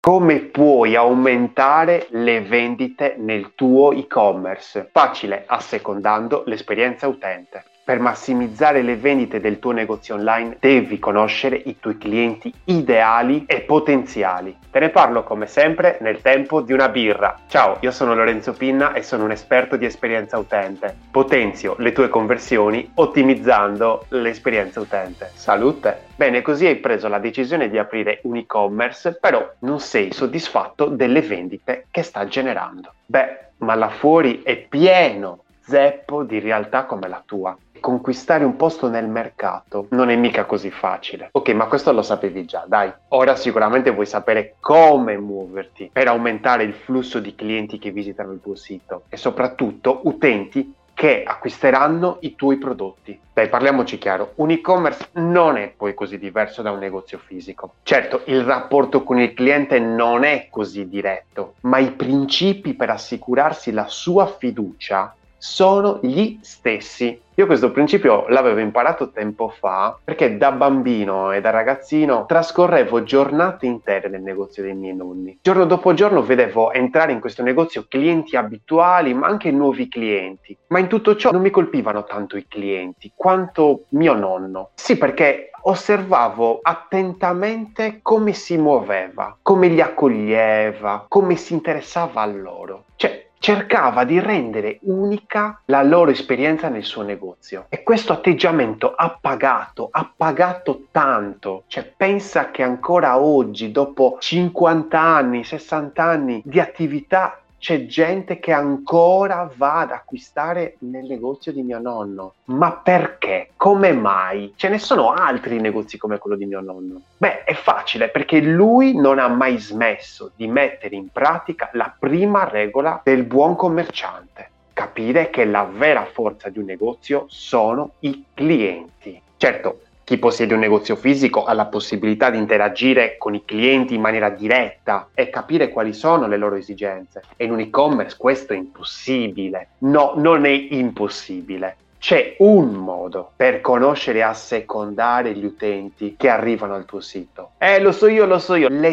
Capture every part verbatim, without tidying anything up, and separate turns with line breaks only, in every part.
Come puoi aumentare le vendite nel tuo e-commerce? Facile, assecondando l'esperienza utente. Per massimizzare le vendite del tuo negozio online devi conoscere i tuoi clienti ideali e potenziali. Te ne parlo come sempre nel tempo di una birra. Ciao, io sono Lorenzo Pinna e sono un esperto di esperienza utente. Potenzio le tue conversioni ottimizzando l'esperienza utente. Salute! Bene, così hai preso la decisione di aprire un e-commerce, però non sei soddisfatto delle vendite che sta generando. Beh, ma là fuori è pieno zeppo di realtà come la tua. Conquistare un posto nel mercato non è mica così facile. Ok, ma questo lo sapevi già, dai. Ora sicuramente vuoi sapere come muoverti per aumentare il flusso di clienti che visitano il tuo sito e soprattutto utenti che acquisteranno i tuoi prodotti. Dai, parliamoci chiaro, un e-commerce non è poi così diverso da un negozio fisico. Certo, il rapporto con il cliente non è così diretto, ma i principi per assicurarsi la sua fiducia sono gli stessi. Io questo principio l'avevo imparato tempo fa perché da bambino e da ragazzino trascorrevo giornate intere nel negozio dei miei nonni. Giorno dopo giorno vedevo entrare in questo negozio clienti abituali ma anche nuovi clienti. Ma in tutto ciò non mi colpivano tanto i clienti quanto mio nonno. Sì, perché osservavo attentamente come si muoveva, come li accoglieva, come si interessava a loro. Cioè, cercava di rendere unica la loro esperienza nel suo negozio e questo atteggiamento ha pagato, ha pagato tanto. Cioè, pensa che ancora oggi, dopo cinquanta anni, sessanta anni di attività, c'è gente che ancora va ad acquistare nel negozio di mio nonno. Ma perché? Come mai? Ce ne sono altri negozi come quello di mio nonno? Beh, è facile, perché lui non ha mai smesso di mettere in pratica la prima regola del buon commerciante: capire che la vera forza di un negozio sono i clienti. Certo, chi possiede un negozio fisico ha la possibilità di interagire con i clienti in maniera diretta e capire quali sono le loro esigenze. E in un e-commerce questo è impossibile. No, non è impossibile. C'è un modo per conoscere e assecondare gli utenti che arrivano al tuo sito. Eh, lo so io, lo so io, le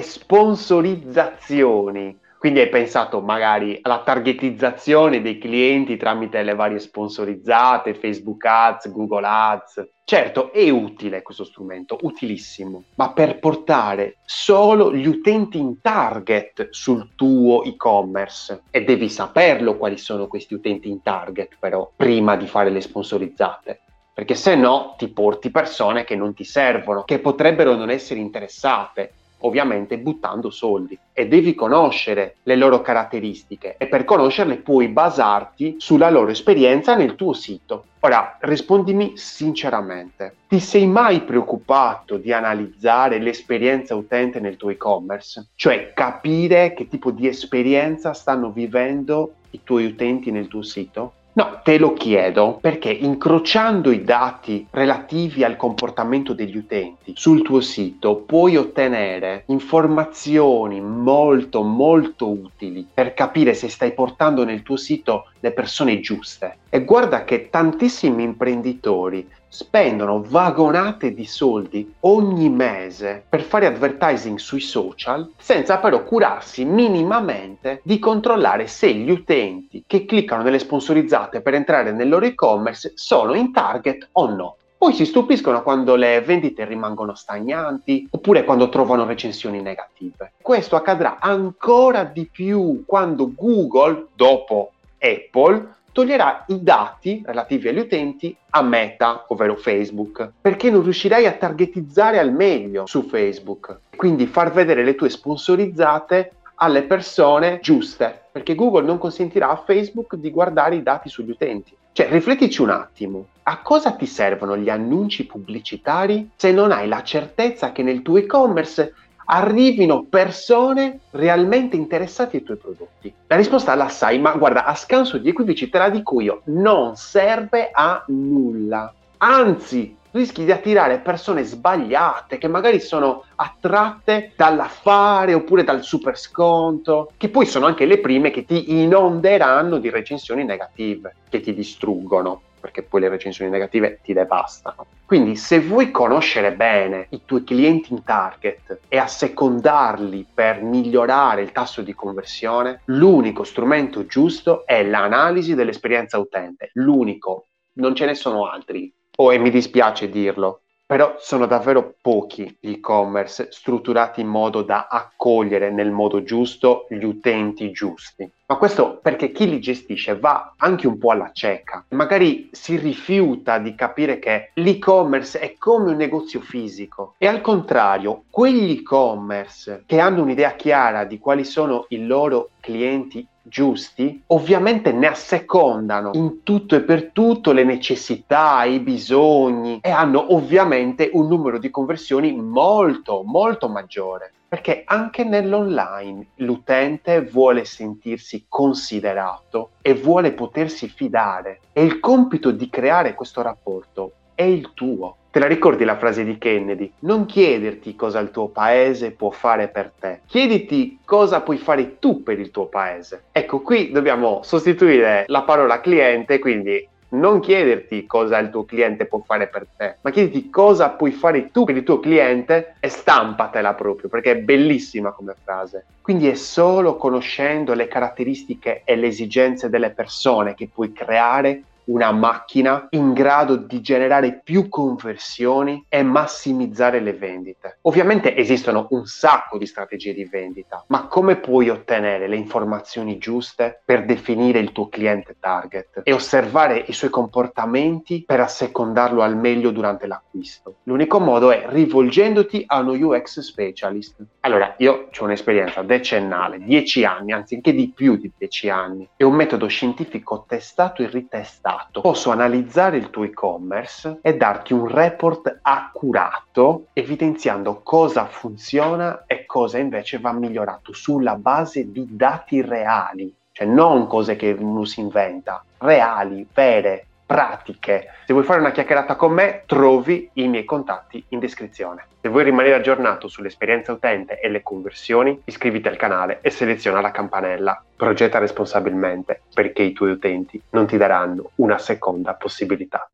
sponsorizzazioni. Quindi hai pensato magari alla targetizzazione dei clienti tramite le varie sponsorizzate, Facebook Ads, Google Ads. Certo, è utile questo strumento, utilissimo, ma per portare solo gli utenti in target sul tuo e-commerce. E devi saperlo quali sono questi utenti in target, però, prima di fare le sponsorizzate. Perché se no ti porti persone che non ti servono, che potrebbero non essere interessate, ovviamente buttando soldi, e devi conoscere le loro caratteristiche e per conoscerle puoi basarti sulla loro esperienza nel tuo sito. Ora, rispondimi sinceramente, ti sei mai preoccupato di analizzare l'esperienza utente nel tuo e-commerce? Cioè capire che tipo di esperienza stanno vivendo i tuoi utenti nel tuo sito? No, te lo chiedo perché incrociando i dati relativi al comportamento degli utenti sul tuo sito puoi ottenere informazioni molto molto utili per capire se stai portando nel tuo sito le persone giuste. E guarda che tantissimi imprenditori spendono vagonate di soldi ogni mese per fare advertising sui social senza però curarsi minimamente di controllare se gli utenti che cliccano nelle sponsorizzate per entrare nel loro e-commerce sono in target o no. Poi si stupiscono quando le vendite rimangono stagnanti oppure quando trovano recensioni negative. Questo accadrà ancora di più quando Google, dopo Apple, toglierà i dati relativi agli utenti a Meta, ovvero Facebook, perché non riuscirai a targetizzare al meglio su Facebook, quindi far vedere le tue sponsorizzate alle persone giuste, perché Google non consentirà a Facebook di guardare i dati sugli utenti. Cioè, riflettici un attimo, a cosa ti servono gli annunci pubblicitari se non hai la certezza che nel tuo e-commerce arrivino persone realmente interessate ai tuoi prodotti? La risposta la sai, ma guarda, a scanso di equivoci te la dico io, non serve a nulla. Anzi, rischi di attirare persone sbagliate che magari sono attratte dall'affare oppure dal super sconto, che poi sono anche le prime che ti inonderanno di recensioni negative, che ti distruggono. perché poi le recensioni negative ti devastano. Quindi se vuoi conoscere bene i tuoi clienti in target e assecondarli per migliorare il tasso di conversione, l'unico strumento giusto è l'analisi dell'esperienza utente, l'unico, non ce ne sono altri. Oh, e mi dispiace dirlo, però sono davvero pochi gli e-commerce strutturati in modo da accogliere nel modo giusto gli utenti giusti. Ma questo perché chi li gestisce va anche un po' alla cieca. Magari si rifiuta di capire che l'e-commerce è come un negozio fisico. E al contrario, quegli e-commerce che hanno un'idea chiara di quali sono i loro clienti giusti, ovviamente ne assecondano in tutto e per tutto le necessità, i bisogni e hanno ovviamente un numero di conversioni molto, molto maggiore. Perché anche nell'online l'utente vuole sentirsi considerato e vuole potersi fidare. E il compito di creare questo rapporto è il tuo. Te la ricordi la frase di Kennedy? Non chiederti cosa il tuo paese può fare per te, chiediti cosa puoi fare tu per il tuo paese. Ecco, qui dobbiamo sostituire la parola cliente, quindi non chiederti cosa il tuo cliente può fare per te, ma chiediti cosa puoi fare tu per il tuo cliente e stampatela proprio, perché è bellissima come frase. Quindi è solo conoscendo le caratteristiche e le esigenze delle persone che puoi creare una macchina in grado di generare più conversioni e massimizzare le vendite. Ovviamente esistono un sacco di strategie di vendita, ma come puoi ottenere le informazioni giuste per definire il tuo cliente target e osservare i suoi comportamenti per assecondarlo al meglio durante l'acquisto? L'unico modo è rivolgendoti a uno U X specialist. Allora, io ho un'esperienza decennale, dieci anni, anzi anche di più di dieci anni, e un metodo scientifico testato e ritestato. Posso analizzare il tuo e-commerce e darti un report accurato evidenziando cosa funziona e cosa invece va migliorato sulla base di dati reali, cioè non cose che uno si inventa, reali, vere, pratiche. Se vuoi fare una chiacchierata con me, trovi i miei contatti in descrizione. Se vuoi rimanere aggiornato sull'esperienza utente e le conversioni, iscriviti al canale e seleziona la campanella. Progetta responsabilmente, perché i tuoi utenti non ti daranno una seconda possibilità.